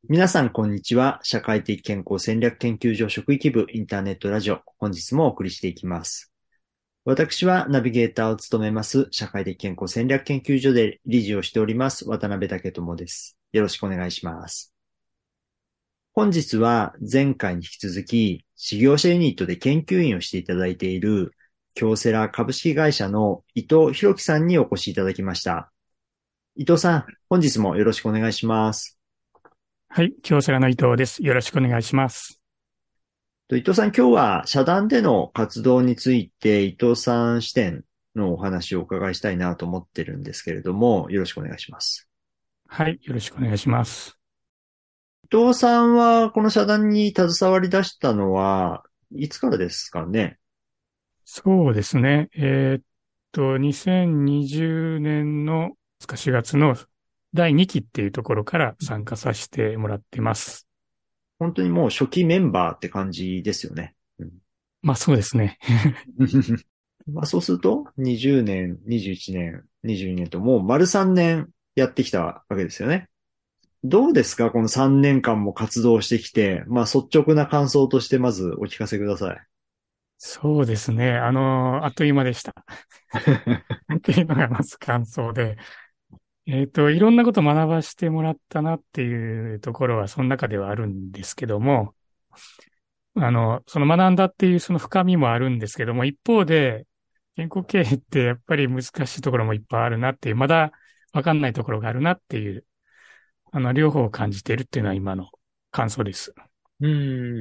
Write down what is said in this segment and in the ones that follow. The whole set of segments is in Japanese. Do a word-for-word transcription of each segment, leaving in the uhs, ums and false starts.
皆さん、こんにちは。社会的健康戦略研究所職域部インターネットラジオ。本日もお送りしていきます。私はナビゲーターを務めます、社会的健康戦略研究所で理事をしております、渡辺武智です。よろしくお願いします。本日は前回に引き続き、事業者ユニットで研究員をしていただいている、京セラ株式会社の伊藤博樹さんにお越しいただきました。伊藤さん、本日もよろしくお願いします。 はい、京セラの伊藤です。よろしくお願いします。 伊藤さん、今日は社団での活動について伊藤さん視点のお話をお伺いしたいなと思ってるんですけれども、よろしくお願いします。 はい、よろしくお願いします。 伊藤さんはこの社団に携わり出したのはいつからですかね？ そうですね。えーっと、にせんにじゅうねんのしがつのだいにきっていうところから参加させてもらってます。 本当にもう初期メンバーって感じですよね。うん、 まあそうですね。 まあそうすると、にじゅうねん、にじゅういちねん、にじゅうにねんともう丸さんねんやってきたわけですよね。どうですかこのさんねんかんも活動してきて、まあ率直な感想としてまずお聞かせください。 そうですね。あの、あっという間でした。っていうのがまず感想で。えーっと、いろんなこと学ばせてもらったなっていうところは、その中ではあるんですけども、あの、その学んだっていうその深みもあるんですけども、一方で、健康経営ってやっぱり難しいところもいっぱいあるなっていう、まだわかんないところがあるなっていう、あの、両方を感じているっていうのは今の感想です。 うん。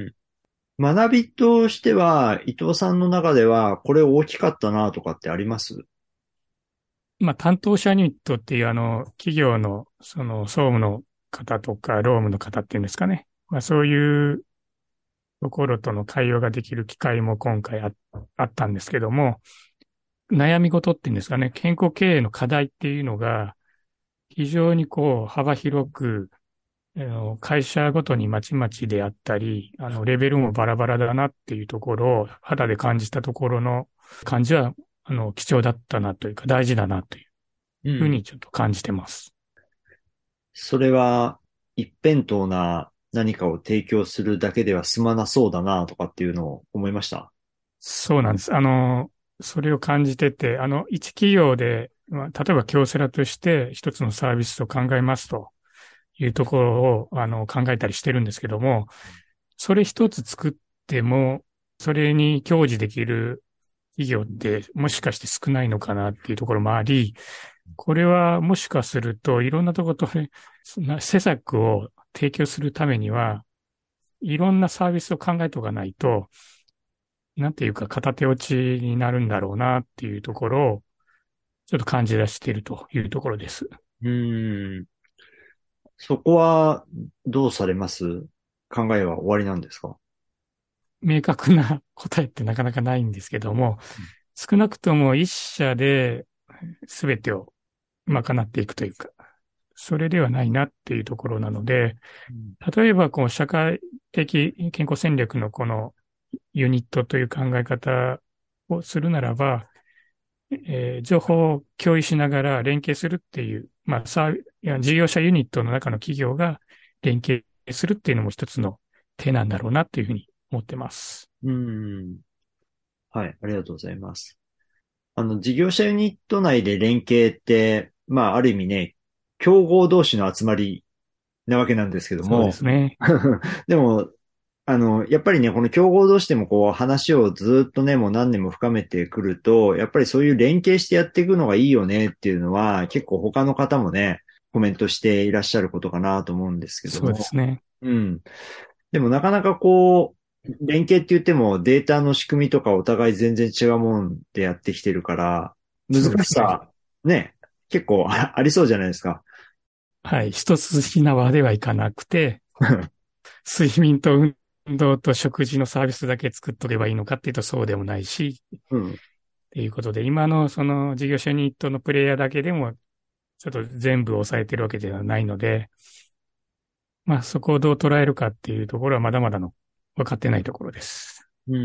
学びとしては、伊藤さんの中では、これ大きかったなとかってあります？ まあ、担当者ユニットっていうあの、企業のその総務の方とか、労務の方っていうんですかね。まあ、そういうところとの会話ができる機会も今回あ、あったんですけども、悩み事っていうんですかね、健康経営の課題っていうのが、非常にこう幅広く、あの会社ごとにまちまちであったり、あのレベルもバラバラだなっていうところを肌で感じたところの感じは、あの貴重だったなというか大事だなというふううん。 にちょっと感じてます。 それは、一辺倒な何かを提供するだけでは済まなそうだなとかっていうのを思いました。 そうなんです。あの、それを感じてて、あの、一企業で、まあ、例えば京セラとして一つのサービスと考えますというところを、あの、考えたりしてるんですけども、それ一つ作っても、それに享受できる企業ってもしかして少ないのかなっていうところもあり、これはもしかするといろんなところとね、そんな施策を提供するためには、いろんなサービスを考えておかないと、なんていうか片手落ちになるんだろうなっていうところをちょっと感じ出しているというところです。 うーん。そこは、どうされます？考えは終わりなんですか？ 明確な答えってなかなかないんですけども、少なくとも一社で全てを賄っていくというか、それではないなっていうところなので、 うん。 例えばこう社会的健康戦略のこのユニットという考え方をするならば、えー情報を共有しながら連携するっていう、まあ、サービいや事業者ユニットの中の企業が連携するっていうのも一つの手なんだろうなっていうふうに思ってます。 うーん。はい、ありがとうございます。あの、事業者ユニット内で連携って、まあ、ある意味ね、競合同士の集まりなわけなんですけどそうでも、 すね。 でも、あの、やっぱりね、この競合同士でもこう話をずっとね、もう何年も深めてくると、やっぱりそういう連携してやっていくのがいいよねっていうのは、結構他の方もね、コメントしていらっしゃることかなと思うんですけどそうでも、 すね。 うん。でもなかなかこう、連携って言ってもデータの仕組みとかお互い全然違うもんでやってきてるから、難そうですね。 しさ、ね、結構あありそうじゃないですか。 はい。一筋縄ではいかなくて、睡眠と運動と食事のサービスだけ作っとけばいいのかっていうとそうでもないし、 うん。 っていうことで、今のその事業者ユニットのプレイヤーだけでもちょっと全部抑えてるわけではないので、まあそこをどう捉えるかっていうところはまだまだの分かってないところです。 うん。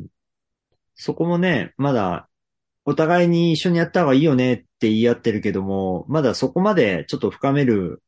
そこもね、まだお互いに一緒にやった方がいいよねって言い合ってるけども、まだそこまでちょっと深める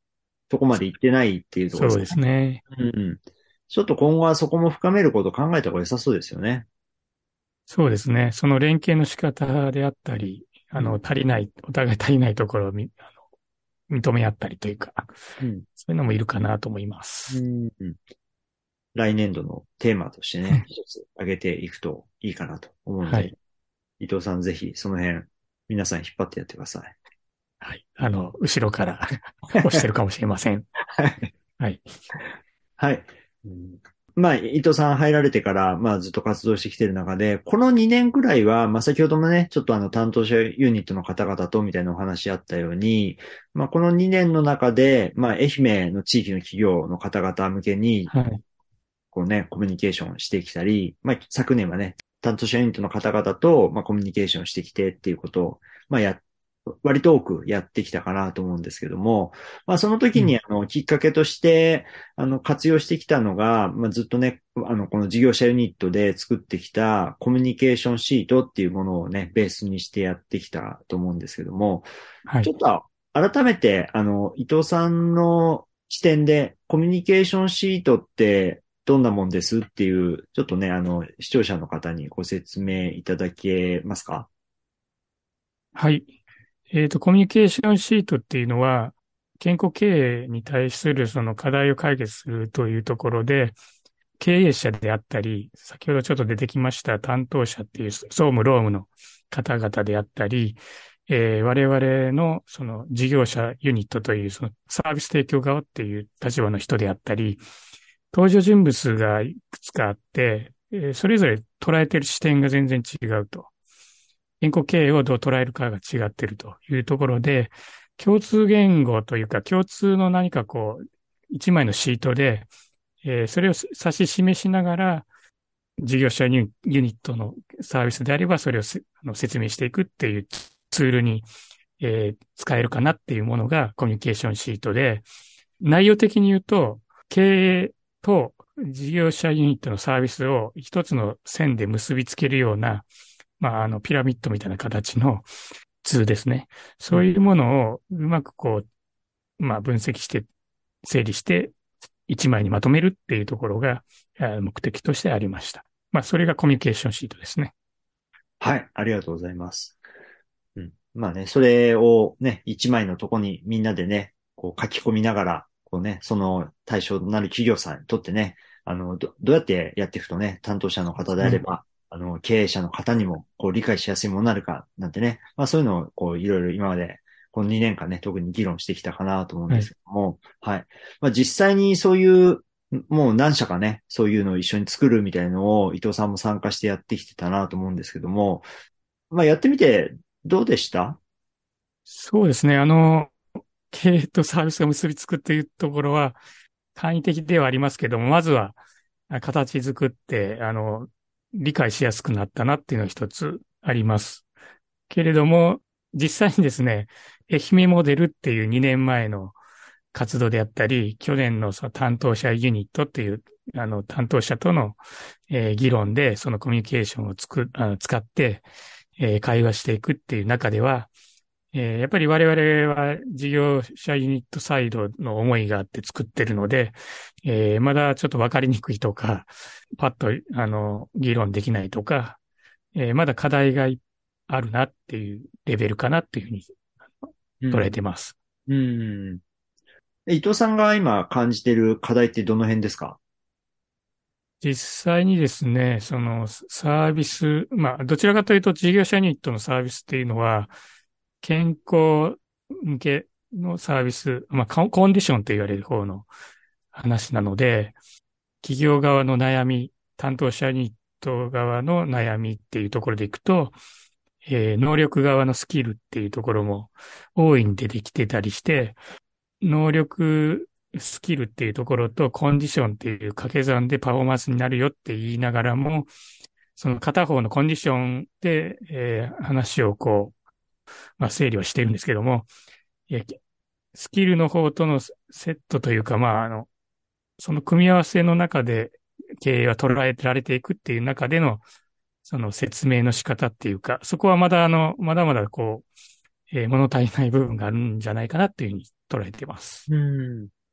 とこまで行ってないっていうところですかそうですね。 ね。うん。ちょっと今後はそこも深めることを考えた方が良さそうですよね。 そうですね。その連携の仕方であったり、あの、 うん。 足りない、お互い足りないところをみあの認め合ったりというか、 うん。 そういうのもいるかなと思いまうす。 ん。来年度のテーマとしてね、一つ挙げていくといいかなと思うので、 はい。 伊藤さんぜひその辺、皆さん引っ張ってやってください。 はい。あの、後ろから押してるかもしれません。 はい。 はい。 はい。うんまあ、伊藤さん入られてから、まあ、ずっと活動してきてる中で、このにねんくらいは、まあ、先ほどもね、ちょっとあの、担当者ユニットの方々とみたいなお話あったように、まあ、このにねんの中で、まあ、愛媛の地域の企業の方々向けに、 はい。 こうね、コミュニケーションしてきたり、まあ、昨年はね、担当者ユニットの方々と、まあ、コミュニケーションしてきてっていうことを、まあ、や、割と多くやってきたかなと思うんですけども、まあ、その時うん。 に、あの、きっかけとして、あの、活用してきたのが、まあ、ずっとね、あの、この事業者ユニットで作ってきたコミュニケーションシートっていうものをね、ベースにしてやってきたと思うんですけども、 はい。 ちょっと改めて、あの、伊藤さんの視点でコミュニケーションシートってどんなもんですっていう、ちょっとね、あの、視聴者の方にご説明いただけますか？ はい。えっと、コミュニケーションシートっていうのは、健康経営に対するその課題を解決するというところで、経営者であったり、先ほどちょっと出てきました担当者っていう総務労務の方々であったり、えー我々のその事業者ユニットというそのサービス提供側っていう立場の人であったり、登場人物がいくつかあって、えーそれぞれ捉えている視点が全然違うと。健康経営をどう捉えるかが違っているというところで、共通言語というか共通の何かこう、一枚のシートで、えーそれを指し示しながら、事業者ユニットのサービスであれば、それをせあの説明していくっていうツールに、えー使えるかなっていうものがコミュニケーションシートで、内容的に言うと、経営と事業者ユニットのサービスを一つの線で結びつけるような、まあ、あの、ピラミッドみたいな形のツールですね。 うん。 そういうものをうまくこう、まあ、分析して、整理して、一枚にまとめるっていうところが目的としてありました。まあ、それがコミュニケーションシートですね。 はい、ありがとうございます。うん。まあね、それをね、一枚のとこにみんなでね、こう書き込みながら、こうね、その対象となる企業さんにとってね、あの、ど、どうやってやっていくとね、担当者のそうですね。 方であれば、あの、経営者の方にも、こう、理解しやすいものになるか、なんてね、まあそういうのを、こう、いろいろ今まで、このにねんかんね、特に議論してきたかなと思うんですはい。 けども、はい。まあ実際にそういう、もう何社かね、そういうのを一緒に作るみたいのを伊藤さんも参加してやってきてたなと思うんですけども、まあやってみてどうでした？ そうですね。あの、経営とサービスが結びつくっていうところは簡易的ではありますけども、まずは形作って、あの、理解しやすくなったなっていうのが一つあります。けれども、実際にですね、愛媛モデルっていうにねんまえの活動であったり、去年のその担当者ユニットっていう、あの、担当者との、えー議論で、そのコミュニケーションをつく、あの使って、えー会話していくっていう中では、えーやっぱり我々は事業者ユニットサイドの思いがあって作ってるので、えーまだちょっとわかりにくいとか、パッと、あの、議論できないとか、えーまだ課題があるなっていうレベルかなっていうふうに捉えうん。 てます。 うん。え伊藤さんが今感じている課題ってどの辺ですか？ 実際にですね、そのサービス、まあ、どちらかというと事業者ユニットのサービスっていうのは、健康向けのサービス、まあ、ココンディションと言われる方の話なので、企業側の悩み、担当者ユニット側の悩みっていうところでいくと、えー能力側のスキルっていうところも大いに出てきてたりして、能力スキルっていうところとコンディションっていう掛け算でパフォーマンスになるよって言いながらも、その片方のコンディションで、えー話をこう、まあ、整理はしてるんですけども、えースキルの方とのセットというか、まあ、あの、その組み合わせの中で経営は捉えられていくっていう中での、その説明の仕方っていうか、そこはまだあの、まだまだこう、えー物足りない部分があるんじゃないかなっていうふうに捉えています。 うん。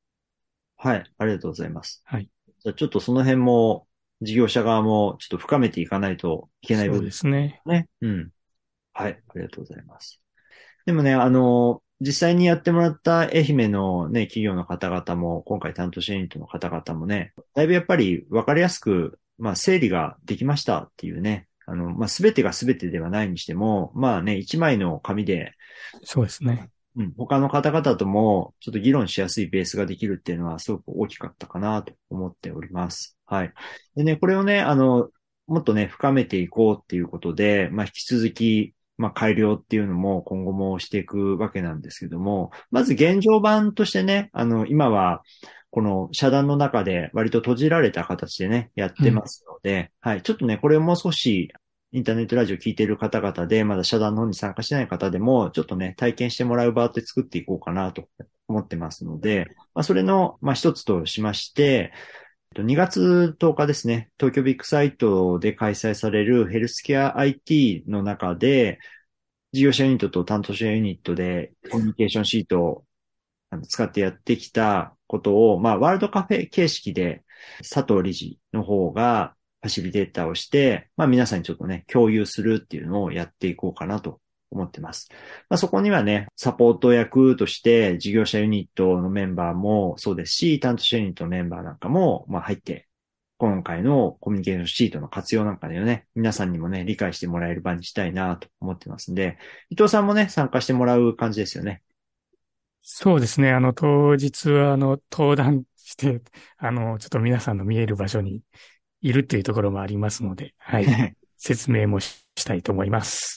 はい。ありがとうございます。 はい。 じゃあちょっとその辺も、事業者側もちょっと深めていかないといけないそう部分ですね。 ね。うん。はい。ありがとうございます。でもね、あの、実際にやってもらった愛媛のね、企業の方々も、今回担当者ユニットの方々もね、だいぶやっぱり分かりやすく、まあ、整理ができましたっていうね、あの、まあ、すべてがすべてではないにしても、まあね、一枚の紙で、 そうですね。 うん、他の方々とも、ちょっと議論しやすいベースができるっていうのは、すごく大きかったかなと思っております。はい。でね、これをね、あの、もっとね、深めていこうっていうことで、まあ、引き続き、まあ、改良っていうのも今後もしていくわけなんですけども、まず現状版としてね、あの、今は、この遮断の中で割と閉じられた形でね、やっうん。 てますので、はい。ちょっとね、これをもう少しインターネットラジオ聞いている方々で、まだ社団の方に参加してない方でも、ちょっとね、体験してもらう場って作っていこうかなと思ってますので、まあ、それの、まあ、一つとしまして、にがつとおかですね、東京ビッグサイトで開催されるヘルスケア アイティー の中で、事業者ユニットと担当者ユニットでコミュニケーションシートをあの使ってやってきたことを、まあ、ワールドカフェ形式で佐藤理事の方がファシリテーターをして、まあ、皆さんにちょっとね、共有するっていうのをやっていこうかなと思ってます。まあ、そこにはね、サポート役として事業者ユニットのメンバーもそうですし、担当者ユニットのメンバーなんかも、まあ、入って、今回のコミュニケーションシートの活用なんかでね、皆さんにもね、理解してもらえる場にしたいなと思ってますんで、伊藤さんもね、参加してもらう感じですよね。 そうですね。あの、当日は、あの、登壇して、あの、ちょっと皆さんの見える場所にいるっていうところもありますので、はい。説明もししたいと思います。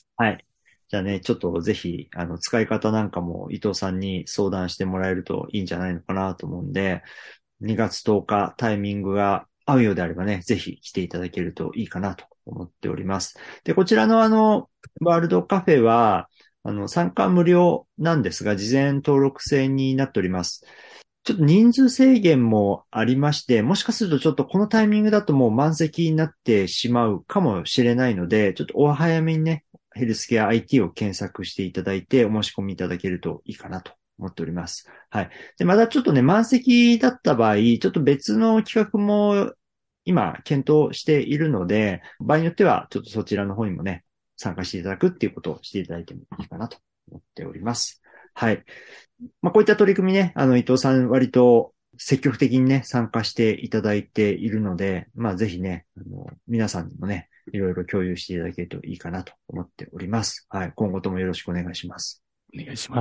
はい。じゃあね、ちょっとぜひ、あの、使い方なんかも伊藤さんに相談してもらえるといいんじゃないのかなと思うんで、にがつとおかタイミングが合うようであればね、ぜひ来ていただけるといいかなと思っております。で、こちらのあの、ワールドカフェは、あの、参加無料なんですが、事前登録制になっております。ちょっと人数制限もありまして、もしかするとちょっとこのタイミングだともう満席になってしまうかもしれないので、ちょっとお早めにね、ヘルスケア アイティー を検索していただいてお申し込みいただけるといいかなと思っております。はい。で、まだちょっとね、満席だった場合、ちょっと別の企画も今検討しているので、場合によってはちょっとそちらの方にもね、参加していただくっていうことをしていただいてもいいかなと思っております。はい。まあ、こういった取り組みね、あの、伊藤さん割と積極的にね、参加していただいているので、まあ、ぜひね、あの、皆さんにもね、いろいろ共有していただけるといいかなと思っております。はい。今後ともよろしくお願いします。 お願いします。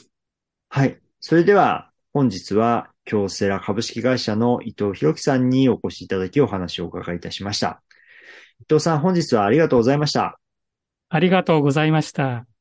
はい。それでは、本日は、京セラ株式会社の伊藤博樹さんにお越しいただきお話をお伺いいたしました。伊藤さん、本日はありがとうございました。 ありがとうございました。